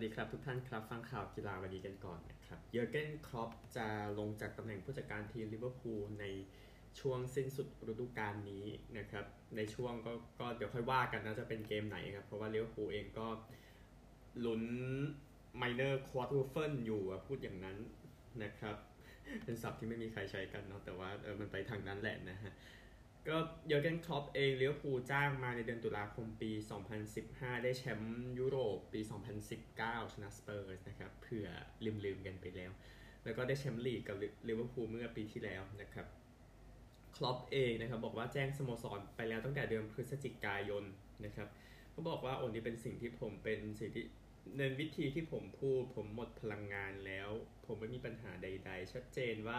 ดีครับทุกท่านครับฟังข่าวกีฬาวันนี้กันก่อนนะครับเยอร์เกนคล็อปจะลงจากตำแหน่งผู้จัดการทีมลิเวอร์พูลในช่วงสิ้นสุดฤดูกาลนี้นะครับในช่วงก็เดี๋ยวค่อยว่ากันนะจะเป็นเกมไหนครับเพราะว่าลิเวอร์พูลเองก็ลุ้นไมเนอร์ควอเตอร์เฟิลอยู่พูดอย่างนั้นนะครับเป็นศัพท์ที่ไม่มีใครใช้กันเนาะแต่ว่ามันไปทางนั้นแหละนะฮะก็เยอร์เกนคล็อปเองลิเวอร์พูลจ้างมาในเดือนตุลาคมปี 2015 ได้แชมป์ยุโรปปี 2019 ชนะสเปอร์สนะครับเผื่อลืมกันไปแล้วแล้วก็ได้แชมป์ลีกกับลิเวอร์พูลเมื่อปีที่แล้วนะครับคล็อปเองนะครับบอกว่าแจ้งสโมสรไปแล้วตั้งแต่เดือนพฤศจิกายนนะครับเขาบอกว่านี่เป็นสิ่งที่ผมเป็นสิ่งที่ในวิธีที่ผมพูดผมหมดพลังงานแล้วผมไม่มีปัญหาใดๆชัดเจนว่า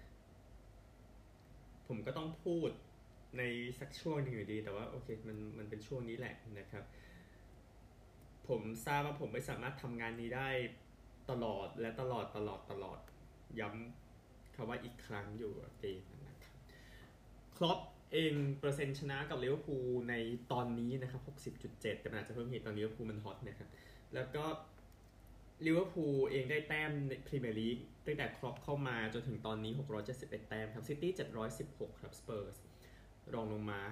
ผมก็ต้องพูดในสักช่วงหนึ่งอยู่ดีแต่ว่าโอเคมันเป็นช่วงนี้แหละนะครับผมทราบว่าผมไม่สามารถทำงานนี้ได้ตลอดและตลอดย้ำคำว่าอีกครั้งอยู่เองนะครับครอปเองเปอร์เซ็นต์ชนะกับลิเวอร์พูลในตอนนี้นะครับ 60.7 แต่มันอาจจะเพิ่มอีกตอนนี้ลิเวอร์พูลมันฮอตนะครับแล้วก็ลิเวอร์พูลเองได้แต้มในพรีเมียร์ลีกตั้งแต่ครอปเข้ามาจนถึงตอนนี้671แต้มครับซิตี้716ครับสเปอร์สรองลงมา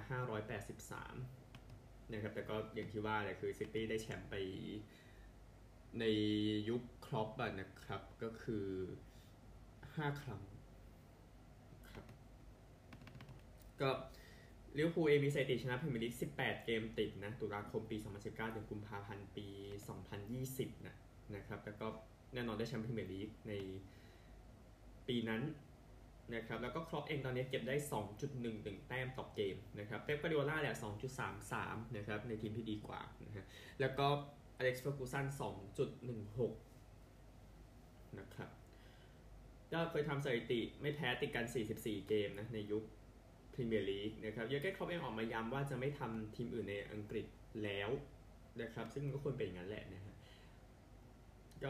583นะครับแต่ก็อย่างที่ว่าเลยคือซิตี้ได้แชมป์ไปในยุคครอปนะครับก็คือ5ครั้งครับก็ลิเวอร์พูลเองมีสถิติชนะพรีเมียร์ลีก18เกมติดนะตุลาคมปี2019ถึงกุมภาพันธ์ปี2020นะครับแล้วก็แน่นอนได้แชมป์พรีเมียร์ลีกในปีนั้นนะครับแล้วก็ครอปเองตอนนี้เก็บได้ 2.11 แต้มต่อเกมนะครับเป๊ป กวาร์ดิโอล่าเนี่ย 2.33 นะครับในทีมที่ดีกว่านะฮะแล้วก็อเล็กซ์ เฟอร์กูสัน 2.16 นะครับก็เคยทำสถิติไม่แพ้ติดกัน44เกมนะในยุคพรีเมียร์ลีกนะครับเยอร์เกน คล็อปเองออกมาย้ำว่าจะไม่ทำทีมอื่นในอังกฤษแล้วนะครับซึ่งก็ควรเป็นอย่างนั้นแหละนะฮะก็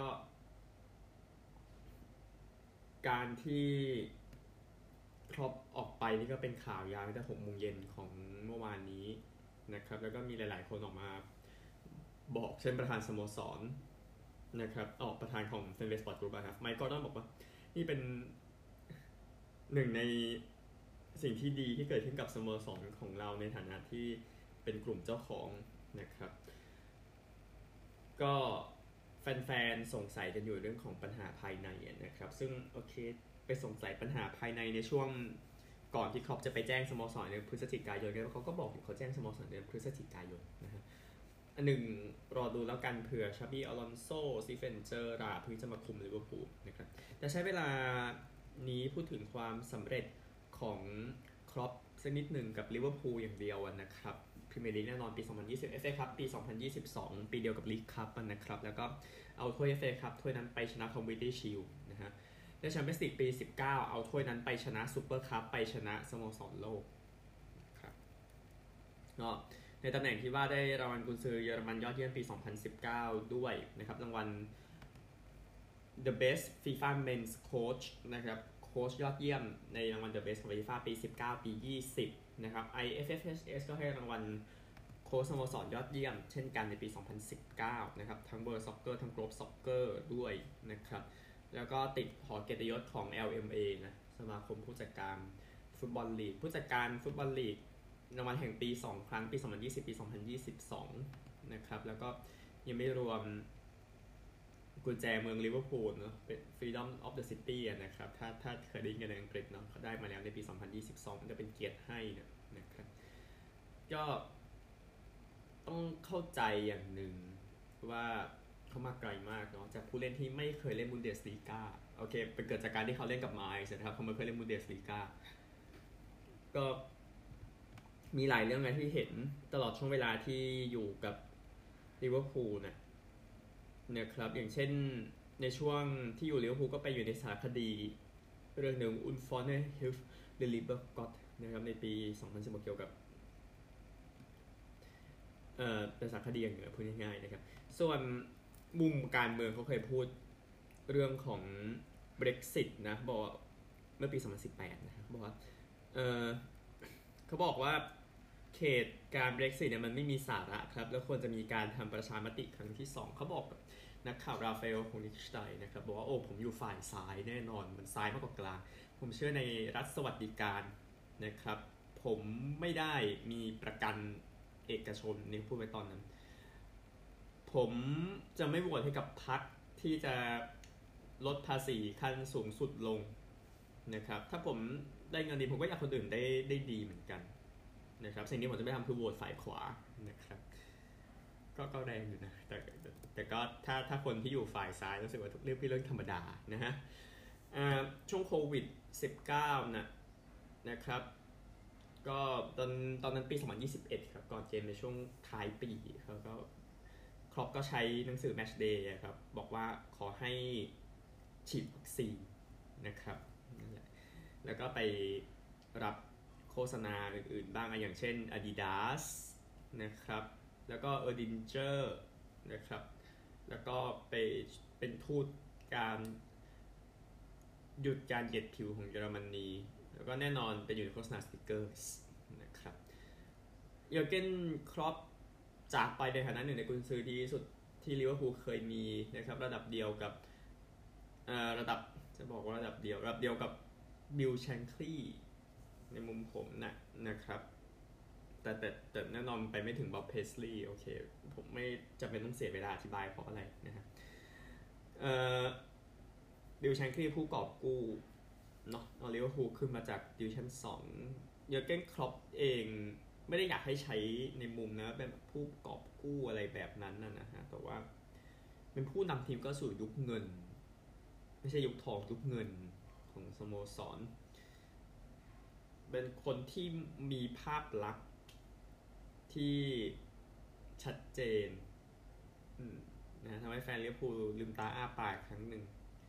การที่ครอปออกไปนี่ก็เป็นข่าวยาวตั้งแต่6 โมงเย็นของเมื่อวานนี้นะครับแล้วก็มีหลายๆคนออกมาบอกเช่นประธานสโมสรนะครับประธานของเฟนเวสปอร์ตกรุ๊ปครับไมค์ กอร์ดอนบอกว่านี่เป็นหนึ่งในสิ่งที่ดีที่เกิดขึ้นกับสโมสรของเราในฐานะที่เป็นกลุ่มเจ้าของนะครับก็แฟนๆสงสัยกันอยู่เรื่องของปัญหาภายในนะครับซึ่งโอเคไปสงสัยปัญหาภายในในช่วงก่อนที่คล็อปจะไปแจ้งสโมสรในพฤศจิกายนเขาก็บอกเขาแจ้งสโมสรในพฤศจิกายนนะฮะอันหนึ่งรอดูแล้วกันเผื่อชาบี้ อลอนโซซีเฟนเจอราเพิ่งจะมาคุมลิเวอร์พูลนะครับแต่ใช้เวลานี้พูดถึงความสำเร็จของคล็อปสักนิดหนึ่งกับลิเวอร์พูลอย่างเดียวนะครับพรีเมียร์ลีกแน่นอนปี2020 FA คัพปี2022ปีเดียวกับลีกคัพนะครับแล้วก็เอาถ้วย FA คัพถ้วยนั้นไปชนะคอมมูนิตี้ชีลด์นะฮะและแชมเปี้ยนส์ลีกปี19เอาถ้วยนั้นไปชนะซุปเปอร์คัพไปชนะสโมสรโลกครับก็ในตำแหน่งที่ว่าได้รางวัลกุนซือเยอรมันยอดเยี่ยมปี2019ด้วยนะครับรางวัล The Best FIFA Men's Coach นะครับโค้ชยอดเยี่ยมในรางวัล The Best ของ FIFA ปี19ปี20นะครับ IFFHS ก็ให้รางวัลโค้ชสโมสรยอดเยี่ยมเช่นกันในปี2019นะครับทั้ง World Soccer ทั้ง Globe Soccer ด้วยนะครับแล้วก็ติดหอเกียรติยศของ LMA นะสมาคมผู้จัดการฟุตบอลลีกผู้จัดการฟุตบอลลีกรางวัลแห่งปี2ครั้งปี2020ปี2022นะครับแล้วก็ยังไม่รวมกุญแจเมืองลิเวอร์พูลเนาะเป็น Freedom of the City นะครับถ้าเคยได้ยินกันในอังกฤษเนาะเขาได้มาแล้วในปี2022มันจะเป็นเกียรติให้นะครับก็ต้องเข้าใจอย่างหนึ่งว่าเขามาไกลมากเนาะจากผู้เล่นที่ไม่เคยเล่นบุนเดสลีกาโอเคเป็นเกิดจากการที่เขาเล่นกับไมซ์นะครับเขาไม่เคยเล่นบุนเดสลีกาก็มีหลายเรื่องนะที่เห็นตลอดช่วงเวลาที่อยู่กับลิเวอร์พูลนะครับอย่างเช่นในช่วงที่อยู่ลิเวอร์พูลก็ไปอยู่ในสารคดีเรื่องหนึ่งอุนฟอนเนฮิลฟ์เดลิเบอร์กอตนะครับในปี2016เกี่ยวกับเป็นสารคดีอย่างเงี้ยพูดง่ายๆนะครับส่วนมุมการเมืองเขาเคยพูดเรื่องของ Brexit นะบอกเมื่อปี2018นะครับบอกว่าเขาบอกว่าเขตการ Brexit เนี่ยมันไม่มีสาระครับแล้วควรจะมีการทำประชามติครั้งที่2เขาบอกนักข่าวราฟาเอลโฮนิชไตน์นะครับบอกว่าโอ้ผมอยู่ฝ่ายซ้ายแน่นอนมันซ้ายมากกว่ากลางผมเชื่อในรัฐสวัสดิการนะครับผมไม่ได้มีประกันเอกชนนี่พูดไว้ตอนนั้นผมจะไม่โหวตให้กับพรรคที่จะลดภาษีขั้นสูงสุดลงนะครับถ้าผมได้เงินดีผมก็อยากคนอื่นได้ดีเหมือนกันนะครับสิ่งที่ผมจะไม่ทำคือโหวตฝ่ายขวานะครับก็แรงอยู่นะแต่ก็ถ้าคนที่อยู่ฝ่ายซ้ายรู้สึกว่าเรื่องเป็นเรื่องธรรมดานะฮะช่วงโควิด-19 นะครับก็ตอนนั้นปี2021ครับก่อนเกมในช่วงท้ายปีเขาก็ครอปก็ใช้หนังสือ Match Day ครับบอกว่าขอให้ฉีดวัคซีนนะครับแล้วก็ไปรับโฆษณาอื่นๆบ้างอย่างเช่น Adidas นะครับแล้วก็ Erdinger นะครับแล้วก็ไปเป็นทูตการหยุดการเหยียดผิวของเยอรมนีแล้วก็แน่นอนไปอยู่ในโฆษณาสติกเกอร์นะครับเยอร์เกนครอปจากไปในฐานะหนึ่งในกุนซือดีที่สุดที่ลิเวอร์พูลเคยมีนะครับระดับเดียวกับระดับจะบอกว่าระดับเดียวกับบิลแชงคลีย์ในมุมผมนะครับแต่แน่นอนไปไม่ถึงบ๊อบเพสลีย์โอเคผมไม่จำเป็นต้องเสียเวลาอธิบายเพราะอะไรนะฮะบิลแชงคลีย์ผู้กอบกู้เนาะเอาลิเวอร์พูลขึ้นมาจากดิวิชั่น2เยอร์เกนคล็อปเองไม่ได้อยากให้ใช้ในมุมนะแบบผู้กอบกู้อะไรแบบนั้นนะฮะแต่ว่าเป็นผู้นำทีมก็สู่ยุคเงินไม่ใช่ยุคทองยุคเงินของสโมสรเป็นคนที่มีภาพลักษณ์ที่ชัดเจนนะทำให้แฟนลิเวอร์พูลลืมตาอ้าปากครั้งหนึ่ง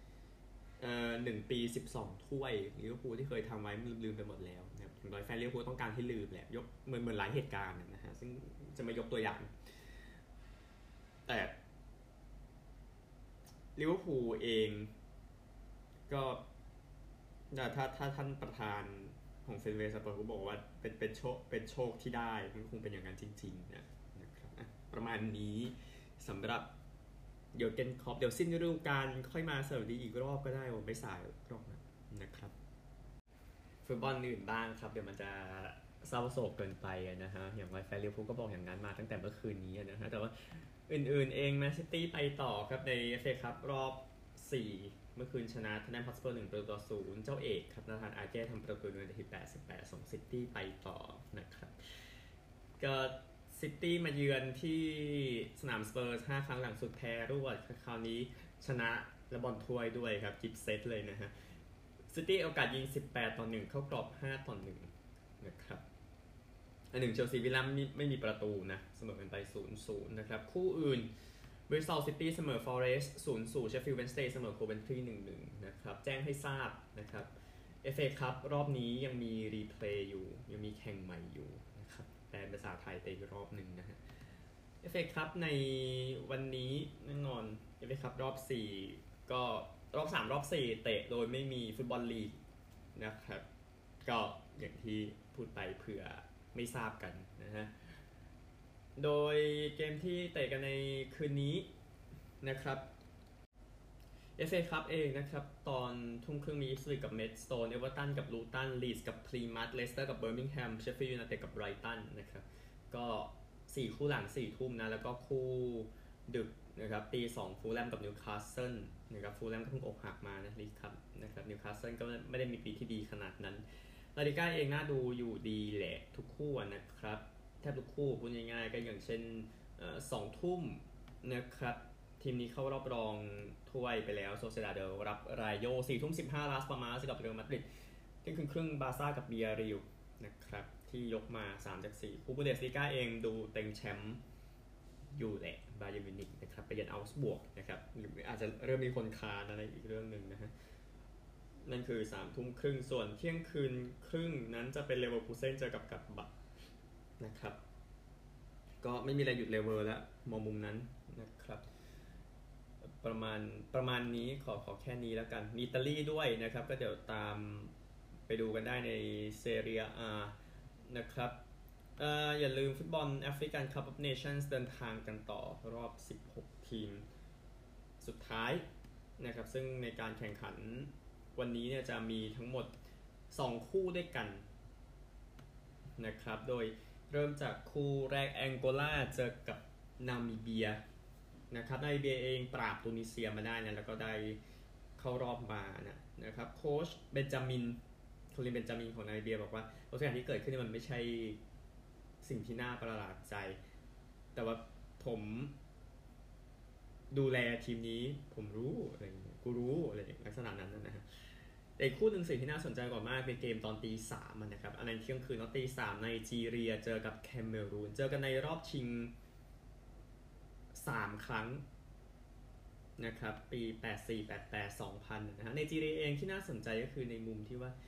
1 ปี12 ถ้วยลิเวอร์พูลที่เคยทำไว้ลืมไปหมดแล้วนะครับถึงแฟนลิเวอร์พูลต้องการให้ลืมแหละยกเหมือนหลายเหตุการณ์นะฮะซึ่งจะไม่ยกตัวอย่างแต่ลิเวอร์พูลเองก็ถ้าท่านประธานของเฟนเวย์สปอร์ตก็บอกว่าเป็นโชคที่ได้มันคงเป็นอย่างนั้นจริงๆนะครับประมาณนี้สำหรับเยอร์เกนคล็อปเดี๋ยวสิ้นฤดูกาลค่อยมาสวัสดีอีกรอบก็ได้ผมไม่สายหรอกนะครับฟุตบอลอื่นบ้างครับเดี๋ยวมันจะเศร้าโศกเกินไปนะฮะอย่างไรแฟนลิเวอร์พูลก็บอกอย่างนั้นมาตั้งแต่เมื่อคืนนี้นะฮะแต่ว่าอื่นๆเองแมนซิตี้ไปต่อครับใน FA คัพรอบ4เมื่อคืนชนะทแนนฮอตสเปอร์1-0เจ้าเอกครับนาธานอาร์เจทำประตูในนาที88ส่งซิตี้ไปต่อนะครับก็ซิตี้มาเยือนที่สนามสเปอร์5 ครั้งหลังสุดแพ้รวดคราวนี้ชนะและบอลถ้วยด้วยครับกิฟเซตเลยนะฮะซิตี้โอกาสยิง18-1เข้ากรอบ5-1นะครับอันหนึ่งเชลซีวิลลัมไม่มีประตูนะเสมอกันไป 0-0 นะครับคู่อื่นบริสตอลซิตี้เสมอฟอเรสต์ 0-0 เชฟฟิลด์เวนสเดย์เสมอโคเวนทรี 1-1 นะครับแจ้งให้ทราบนะครับ FA คัพรอบนี้ยังมีรีเพลย์อยู่ยังมีแข่งใหม่อยู่นะครับแปลภาษาไทยไปอีกรอบหนึ่งนะฮะ FA คัพในวันนี้แน่นอน FA คัพรอบ4ก็รอบ3รอบ4เตะโดยไม่มีฟุตบอลลีกนะครับก็อย่างที่พูดไปเผื่อไม่ทราบกันนะฮะโดยเกมที่เตะกันในคืนนี้นะครับ FA คัพเองนะครับตอนทุ่มครึ่งมีอิปสวิชกับเมดสโตนเอเวอร์ตันกับลูตันลีดส์กับพลีมัธเลสเตอร์กับเบอร์มิงแฮมเชฟฟิลด์ยูไนเต็ดกับไบรตันนะครับก็4คู่หลัง4 ทุ่มนะแล้วก็คู่ดึกนะครับตี 2ฟูลแลมกับนิวคาสเซิลนะครับฟูลแลมก็เพิ่งอกหักมานะลีกครับนะครับนิวคาสเซิลก็ไม่ได้มีปีที่ดีขนาดนั้นลาลิก้าเองน่าดูอยู่ดีแหละทุกคู่นะครับแทบทุกคู่พูดง่ายๆก็อย่างเช่น2 ทุ่มนะครับทีมนี้เข้ารอบรองถ้วยไปแล้วโซเซดาเดลรับรายโย4:15ลาสปามาสกับเรอัลมาดริดเที่ยงครึ่งบาซ่ากับเบียริลนะครับที่ยกมา3 จาก 4คู่บูเดสลีกาเองดูเต็งแชมป์อยู่แหละบาเยิร์นมิวนิกนะครับไปเยือนอัลส์บวกนะครับหรืออาจจะเริ่มมีคนคานอะไรอีกเรื่องนึงนะฮะนั่นคือ3:30ส่วนเที่ยงคืนครึ่งนั้นจะเป็นเลเวอร์คูเซ่นเจอกับกัตบัตนะครับก็ไม่มีอะไรหยุดเลเวอร์แล้วมองมุมนั้นนะครับประมาณนี้ขอแค่นี้แล้วกันมีอิตาลีด้วยนะครับก็เดี๋ยวตามไปดูกันได้ในเซเรียอานะครับอย่าลืมฟุตบอลแอฟริกันคัพออฟเนชั่นส์เดินทางกันต่อรอบ16 ทีมสุดท้ายนะครับซึ่งในการแข่งขันวันนี้เนี่ยจะมีทั้งหมด2คู่ด้วยกันนะครับโดยเริ่มจากคู่แรกแองโกลาเจอกับนามิเบียนะครับนามิเบียเองปราบตูนิเซียมาได้นะแล้วก็ได้เข้ารอบมานะครับโค้ชเบนจามินโคลินเบนจามินของนามิเบียบอกว่าทุกอย่างที่เกิดขึ้นมันไม่ใช่สิ่งที่น่าประหลาดใจแต่ว่าผมดูแลทีมนี้ผมรู้อะไรอย่างเงี้ยกูรู้อะไรลักษณะนั้นนะฮะแต่อีกคู่หนึ่งสิ่งที่น่าสนใจกว่ามากเป็นเกมตอนตีสามนะครับอันนั้นเที่ยงคืนตอนตีสามไนจีเรียเจอกับแคเมรูนเจอกันในรอบชิง3ครั้งนะครับปี84 88 2000นะฮะไนจีเรียเองที่น่าสนใจก็คือในมุมที่ว่า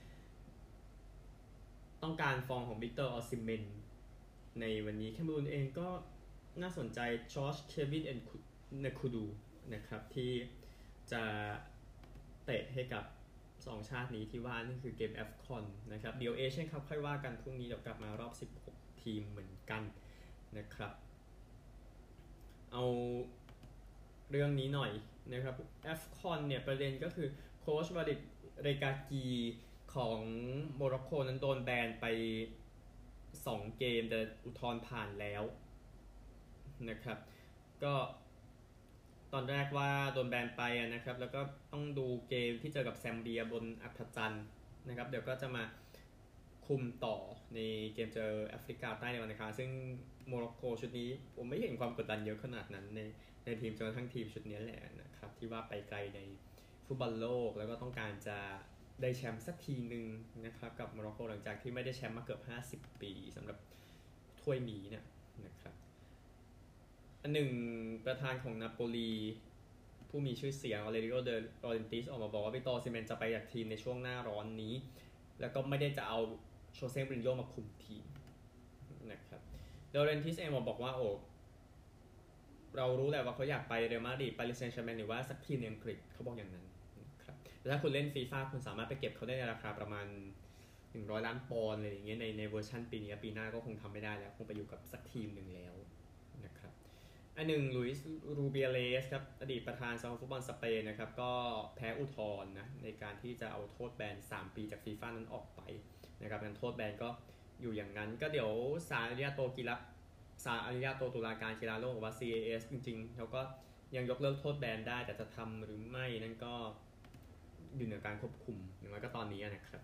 ต้องการฟอร์มของวิกเตอร์ออซิเมนในวันนี้แคเมรูนเองก็น่าสนใจจอร์จเควินแอนนาคูดูนะครับที่จะเตะให้กับ2ชาตินี้ที่ว่านี่คือเกม AFCON นะครับเดี๋ยวเอเชียนคัพค่อยว่ากันพรุ่งนี้เดี๋ยวกลับมารอบ16ทีมเหมือนกันนะครับเอาเรื่องนี้หน่อยนะครับ AFCON เนี่ยประเด็นก็คือโค้ชวาลิดเรกากีของโมร็อกโกนั้นโดนแบนไป2เกมแต่อุทธรณ์ผ่านแล้วนะครับก็ตอนแรกว่าโดนแบนไปนะครับแล้วก็ต้องดูเกมที่เจอกับแซมเบียบนอัฐจันทร์นะครับเดี๋ยวก็จะมาคุมต่อในเกมเจอแอฟริกาใต้ในวันอังคารซึ่งโมร็อกโกชุดนี้ผมไม่เห็นความกดดันเยอะขนาดนั้นในทีมจนทั้งทีมชุดนี้แหละนะครับที่ว่าไปไกลในฟุตบอลโลกแล้วก็ต้องการจะได้แชมป์สักทีหนึ่งนะครับกับโมร็อกโกหลังจากที่ไม่ได้แชมป์มาเกือบ50ปีสำหรับถ้วยนี้นะครับอันหนึ่งประธานของนาโปลีผู้มีชื่อเสียงออเรลิโอ เด ลอเรนติสออกมาบอกว่าวิตอร์ซิเมนจะไปจากทีมในช่วงหน้าร้อนนี้แล้วก็ไม่ได้จะเอาโชเซ่ มอรินโญ่มาคุมทีมนะครับลอเรนติสเองบอกว่าโอ้เรารู้แหละว่าเขาอยากไปเรอัลมาดริดปารีสแซงต์แชร์แมงหรือว่าสักทีมในอังกฤษเขาบอกอย่างนั้นนะครับแต่ถ้าคุณเล่นฟีฟ่าคุณสามารถไปเก็บเขาได้ในราคาประมาณ100 ล้านปอนด์อะไรอย่างเงี้ยในเวอร์ชันปีนี้ปีหน้าก็คงทำไม่ได้แล้วคงไปอยู่กับสักทีมหนึ่งแล้วนะครับอันหนึ่งลุยส์รูเบียเลสครับอดีตประธานสมาคมฟุตบอลสเปนนะครับก็แพ้อุทธรณ์นะในการที่จะเอาโทษแบน3ปีจากฟีฟ่านั้นออกไปนะครับงั้นโทษแบนก็อยู่อย่างนั้นก็เดี๋ยวศาลอนุญาโตตุลาการกีฬาโลกหรือว่า CAS จริงๆเขาก็ยังยกเลิกโทษแบนได้แต่จะทำหรือไม่นั่นก็อยู่ในการควบคุมอย่างไรก็ตอนนี้นะครับ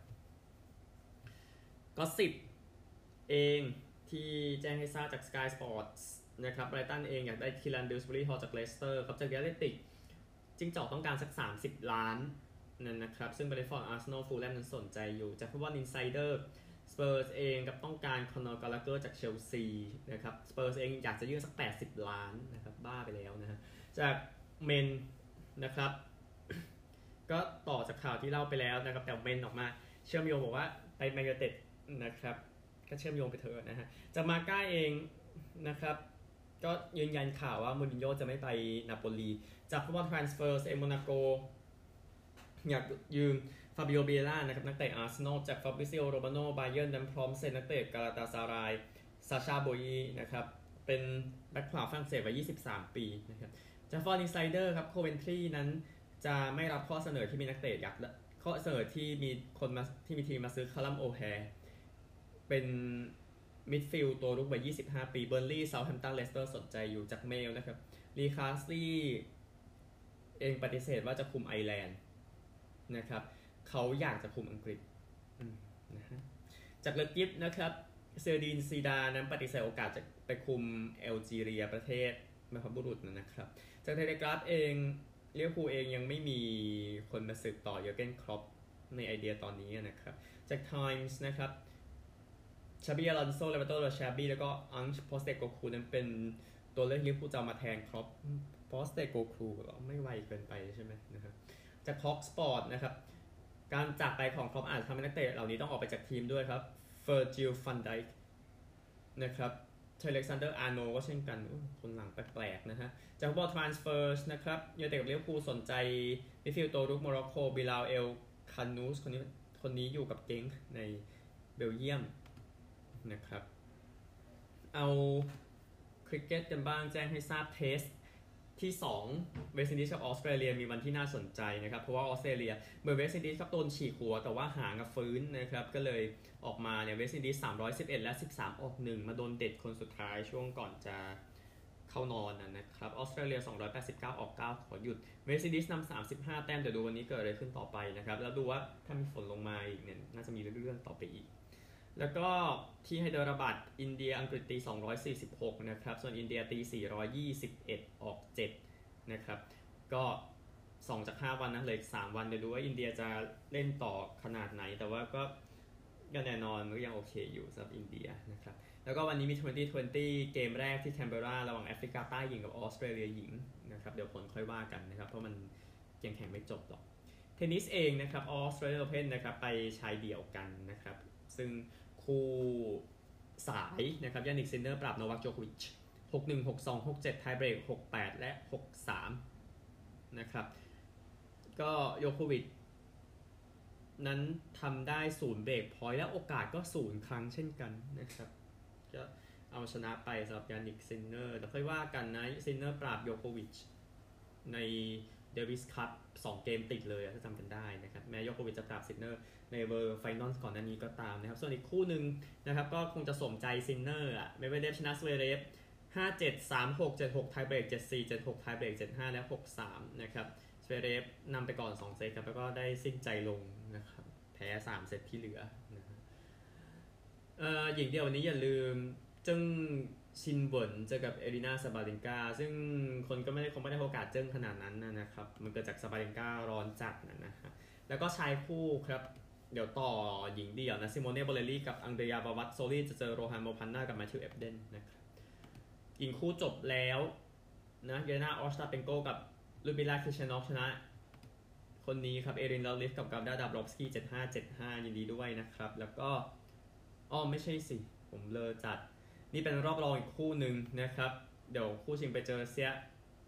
ก็10เองที่แจ้งให้ทราบจาก Sky Sports นะครับไบรตันเองอยากได้คิลัน ดิลสบุรีฮอลจากเลสเตอร์ครับจากแอตเลติกจิ้งจอกต้องการสัก30 ล้านนั่นนะครับซึ่งเบรนท์ฟอร์ด อาร์เซนอล ฟูลแลมนั้นสนใจอยู่จากฟุตบอลอินไซเดอร์สเปอร์สเองกับต้องการคอนอร์ กาลาเกอร์จากเชลซีนะครับสเปอร์สเองอยากจะยื่นสัก80 ล้านนะครับบ้าไปแล้วนะฮะจากเมนนะครับก็ต่อจากข่าวที่เล่าไปแล้วนะครับแต่เมนออกมาเชื่อมโยงบอกว่าไปแมนยูไนเต็ดนะครับก็เชื่อมโยงไปเถอะนะฮะจากมาก้าเองนะครับก็ยืนยันข่าวว่ามูรินโญ่จะไม่ไปนาโปลีจากฟุตบอลทรานสเฟอร์เอโมนาโกอยากยืมฟาบิโอ เบล่านะครับนักเตะอาร์เซนอลจากฟาบริซิโอ โรมาโน บาเยิร์นนั้นพร้อมเซ็นนักเตะกาลาตาซารายซาชา โบยีนะครับเป็นแบ็คขวาฝรั่งเศสวัย23 ปีนะครับจากฟอร์นิไซเดอร์ครับโคเวนทรีนั้นจะไม่รับข้อเสนอที่มีนักเตะอยากข้อเสนอที่มีคนมาที่มีทีมมาซื้อคาลัม โอแฮร์เป็นมิดฟิลด์ตัวรุกวัย25 ปีเบอร์นลีย์ เซาท์แฮมป์ตัน เลสเตอร์สนใจอยู่จากเมลนะครับรีคาสลีเองปฏิเสธว่าจะคุมไอร์แลนด์นะครับเขาอยากจะคุมอังกฤษนะฮะจากเลกิฟนะครับเซอร์ดินซีดานั้นปฏิเสธโอกาสจะไปคุมแอลจีเรียประเทศบรรพบุรุษนะครับจากเทเลกราฟเองเลี้ยวภูเองยังไม่มีคนมาสืบต่อเยอร์เกน คล็อปในไอเดียตอนนี้นะครับจาก Times นะครับชาบี อลอนโซ เลเบโต โรชาบีแล้วก็อังช์ โพสเตโกคูนั้นเป็นตัวเลือกเลี้ยวภูจะมาแทนคล็อปโพสเตโกคูไม่ไวเกินไปใช่ไหมนะครับจากท็อกสปอร์ตนะครับการจากไปของคล็อปอาจทำให้นักเตะเหล่านี้ต้องออกไปจากทีมด้วยครับเฟอร์จิล ฟันไดค์นะครับเทเล็กซานเดอร์ อาร์โนก็เช่นกันคนหลังแปลกๆนะฮะจากบอลทรานสเฟอร์สนะครับยูไนเต็ดกับลิเวอร์พูลสนใจมิดฟิลด์ตัวรุกโมร็อกโกบิลาเอล คานูสคนนี้อยู่กับเก้งในเบลเยียมนะครับเอาคริกเก็ตกันบ้างแจ้งให้ทราบเทสที่2เวสต์อินดีสกับออสเตรเลียมีวันที่น่าสนใจนะครับเพราะว่าออสเตรเลียเมื่อเวสต์อินดีสครับโดนฉีกหัวแต่ว่าหางกับฟื้นนะครับก็เลยออกมาเนี่ยเวสต์อินดีส311และ13ออก1มาโดนเด็ดคนสุดท้ายช่วงก่อนจะเข้านอนนะครับออสเตรเลีย289ออก9ขอหยุดเวสต์อินดีสนำ35แต้มเดี๋ยวดูวันนี้เกิดอะไรขึ้นต่อไปนะครับแล้วดูว่าถ้ามีฝนลงมาอีกเนี่ยน่าจะมีเรื่องต่อไปอีกแล้วก็ที่ไฮเดราบัดอินเดียอังกฤษตี246นะครับส่วนอินเดียตี421ออก7นะครับก็2จาก5วันนะเลย3วันเดี๋ยวดูว่าอินเดียจะเล่นต่อขนาดไหนแต่ว่าก็แน่นอนมันก็ยังโอเคอยู่สำหรับอินเดียนะครับแล้วก็วันนี้มี2020เกมแรกที่แคนเบอร์ราระหว่างแอฟริกาใต้หญิงกับออสเตรเลียหญิงนะครับเดี๋ยวผลค่อยว่ากันนะครับเพราะมันยังแข่งไม่จบหรอกเทนนิสเองนะครับออสเตรเลียโอเพ่นนะครับไปชายเดี่ยวกันนะครับซึ่งคู่สายนะครับยานิกซินเนอร์ปราบโนวัคโจโควิช6-1 6-2 6-7ไทเบรก6-8และ6-3นะครับก็โยโควิชนั้นทำได้0เบรกพอยต์และโอกาสก็0ครั้งเช่นกันนะครับก็เอาชนะไปสำหรับยานิกซินเนอร์แต่ค่อยว่ากันนะซินเนอร์ปราบโยโควิชในเดวิสคัพ2เกมติดเลยถ้าจำกันได้นะครับแม้โยโควิชจะปราบซินเนอร์ในเวอร์ไฟนอลก่อนหน้านี้ก็ตามนะครับส่วนอีกคู่หนึ่งนะครับก็คงจะสมใจซินเนอร์เมเวเดฟชนะสเวเรฟ5-7 3-6 7-6ไทเบรก 7-4 7-6ไทเบรก 7-5 และ 6-3 นะครับสเวเรฟนำไปก่อน2เซตครับแล้วก็ได้สิ้นใจลงนะครับแพ้3เซตที่เหลือนะครับหญิงเดียววันนี้อย่าลืมจึงชินเวินเจอกับเอรินาซาบาเลนกาซึ่งคนก็คงไม่ได้โอกาสเจิ้งขนาดนั้นนะครับมันเกิดจากซาบาเลนการ้อนจัดนะฮะแล้วก็ชายคู่ครับเดี๋ยวต่อหญิงเดี่ยวนะซิโมเน่โบเลลี่กับอังเดรียบาวัตโซลี่จะเจอโรฮันโมพันนากับมาธิวเอฟเดนนะครับหญิงคู่จบแล้วนะเยนาออสตาเปนโกกับลูบิลาคิชานอฟชนะคนนี้ครับเอรินลาลิฟกับกาดาดาบรอฟสกี้ 7-5 ยินดีด้วยนะครับแล้วก็ไม่ใช่สิผมเลอจัดนี่เป็นรอบรองอีกคู่หนึ่งนะครับเดี๋ยวคู่ชิงไปเจอเซีย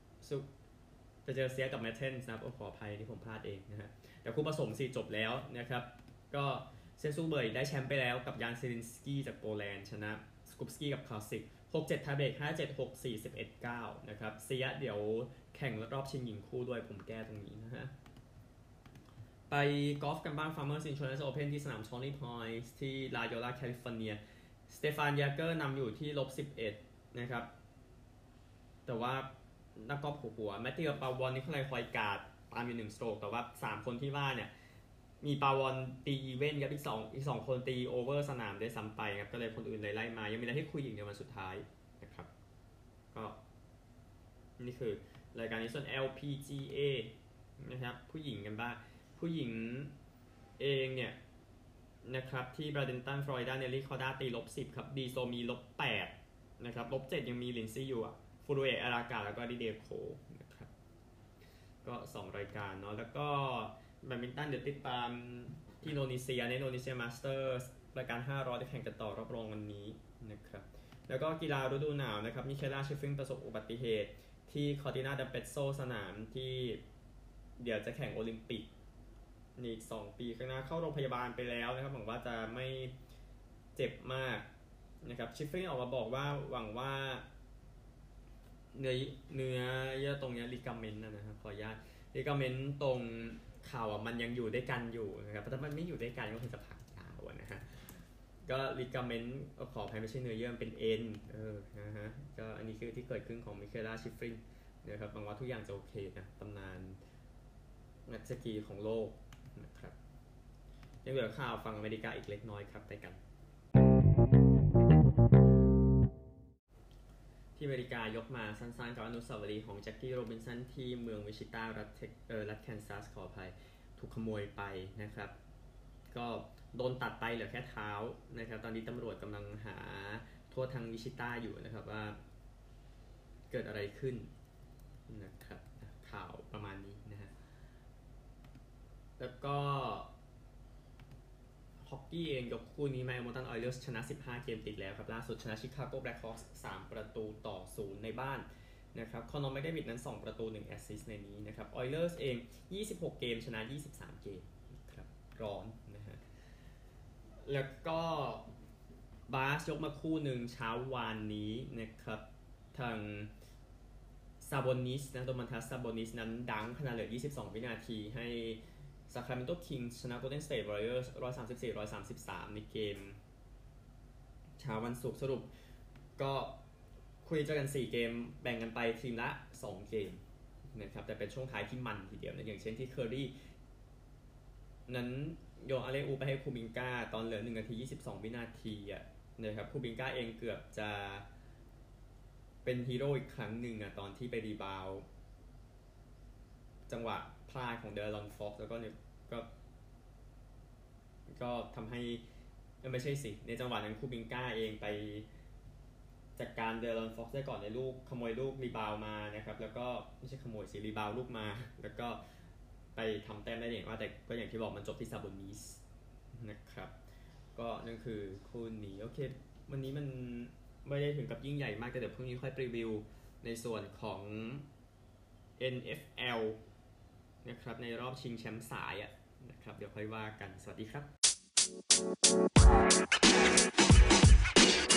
กับแมทเทนส์นะครับขออภัยที่ผมพลาดเองนะฮะเดี๋ยวคู่ผสมจบแล้วนะครับก็เซซูเบย์ได้แชมป์ไปแล้วกับยานเซลินสกี้จากโปแลนด์ชนะสกุปสกี้กับคลาสสิก6-7ไทเบรก 5-7 6-4 11-9นะครับเซียเดี๋ยวแข่งรอบชิงหญิงคู่ด้วยผมแก้ตรงนี้นะฮะไปกอล์ฟกันบ้าง Farmers Insurance Open ที่สนาม Torrey Pines ที่ลาโยลาแคลิฟอร์เนียสเตฟานยาเกอร์นำอยู่ที่-11นะครับแต่ว่านักกอล์ฟหัวแมตติโอปาวอนนิโคลัยคอยการ์ดตามอยู่1สโตรกแต่ว่า3คนที่ว่าเนี่ยมีปาวอนตีอีเวนต์ครับอีก2คนตีโอเวอร์สนามได้ซ้ำไปครับก็เลยคนอื่นเลยไล่มายังมีอะไรให้คุยอีกในวันสุดท้ายนะครับก็นี่คือรายการนี้ส่วน LPGA นะครับผู้หญิงกันบ้างผู้หญิงเองเนี่ยนะครับที่บราเดนตันฟลอริดาเนลลี่คอร์ด้าตี-10ครับดีโซมี-8นะครับ-7ยังมีลินซี่อยู่ฟูรุเอะอารากาแล้วก็ดิเดียโคนะครับก็2รายการเนาะแล้วก็แบดมินตันเดี๋ยวติดตามที่อินโดนีเซียในอินโดนีเซียมาสเตอร์สรายการ500จะแข่งกันต่อรอบรองวันนี้นะครับแล้วก็กีฬาฤดูหนาวนะครับมิเคล่าชิฟฟิงประสบอุบัติเหตุที่คอร์ตินาดัมเปโซสนามที่เดี๋ยวจะแข่งโอลิมปิกอีก2 ปีข้างหน้าเข้าโรงพยาบาลไปแล้วนะครับหวังว่าจะไม่เจ็บมากนะครับชิฟฟิงออกมาบอกว่าหวังว่าเนื้อเยื่อตรงนี้ลิกาเมนต์นะครับขออนุญาตลิกาเมนต์ตรงเข่ามันยังอยู่ด้วยกันอยู่นะครับแต่ถ้ามันไม่อยู่ด้วยกันก็คงจะพักยาวนะฮะก็ลิกาเมนต์ขออภัยไม่ใช่เนื้อเยื่อมันเป็นเอ็นนะฮะก็อันนี้คือที่เกิดขึ้นของมิเคล่าชิฟฟิงนะครับหวังว่าทุกอย่างจะโอเคนะตำนานนักสกีของโลกนะครับยังเหลือข่าวฝั่งอเมริกาอีกเล็กน้อยครับไปกันที่อเมริกายกมาสั้นๆกับอนุสาวรีย์ของแจ็คกี้โรบินสันที่เมืองวิชิตารัฐแคนซัสขออภัยถูกขโมยไปนะครับก็โดนตัดไปเหลือแค่เท้านะครับตอนนี้ตำรวจกำลังหาทั่วทางวิชิตาอยู่นะครับว่าเกิดอะไรขึ้นนะครับข่าวประมาณนี้นะฮะแล้วก็ฮอกกี้เองยกคู่นี้มาเอลมอนตันออยเลอร์สชนะ15เกมติดแล้วครับล่าสุดชนะชิคาโกแบล็คฮอคส์3-0ในบ้านนะครับคอนอร์แมคเดวิดนั้น2ประตู1แอสซิสต์ในนี้นะครับออยเลอร์สเอง26เกมชนะ23เกมครับร้อนนะฮะแล้วก็บาสยกมาคู่หนึ่งเช้าวานนี้นะครับทางซาโบนิสนะโดมันทัสซาโบนิสนั้นดังขณะเหลือ22วินาทีให้ซาคราเมนโตคิงส์ชนะโกลเด้นสเตทวอริเออร์ส134-133ในเกมเช้าวันศุกร์สรุปก็คุยเจอกัน4เกมแบ่งกันไปทีมละ2เกมนะครับแต่เป็นช่วงท้ายที่มันทีเดียวนะอย่างเช่นที่เคอร์รี่นั้นโยนอาเลอูไปให้คูบิงกาตอนเหลือ1 นาที 22 วินาทีนะครับคูบิงกาเองเกือบจะเป็นฮีโร่อีกครั้งหนึ่งตอนที่ไปรีบาวจังหวะพลาดของเดลอนฟ็อกซ์แล้วก็ก็ทำให้ไม่ใช่สิในจังหวะนั้นคูบิงกาเองไปจัดการเดลอนฟ็อกซ์ได้ก่อนในลูกขโมยลูกรีบาวมานะครับแล้วก็ไม่ใช่ขโมยสิรีบาวลูกมาแล้วก็ไปทำแต้มได้อย่างว่าแต่ก็อย่างที่บอกมันจบที่ซาโบนิสนะครับก็นั่นคือคู่นี้โอเควันนี้มันไม่ได้ถึงกับยิ่งใหญ่มากแต่เดี๋ยวพรุ่งนี้ค่อยรีวิวในส่วนของ NFL นะครับในรอบชิงแชมป์สายนะครับเดี๋ยวค่อยว่ากันสวัสดีครับ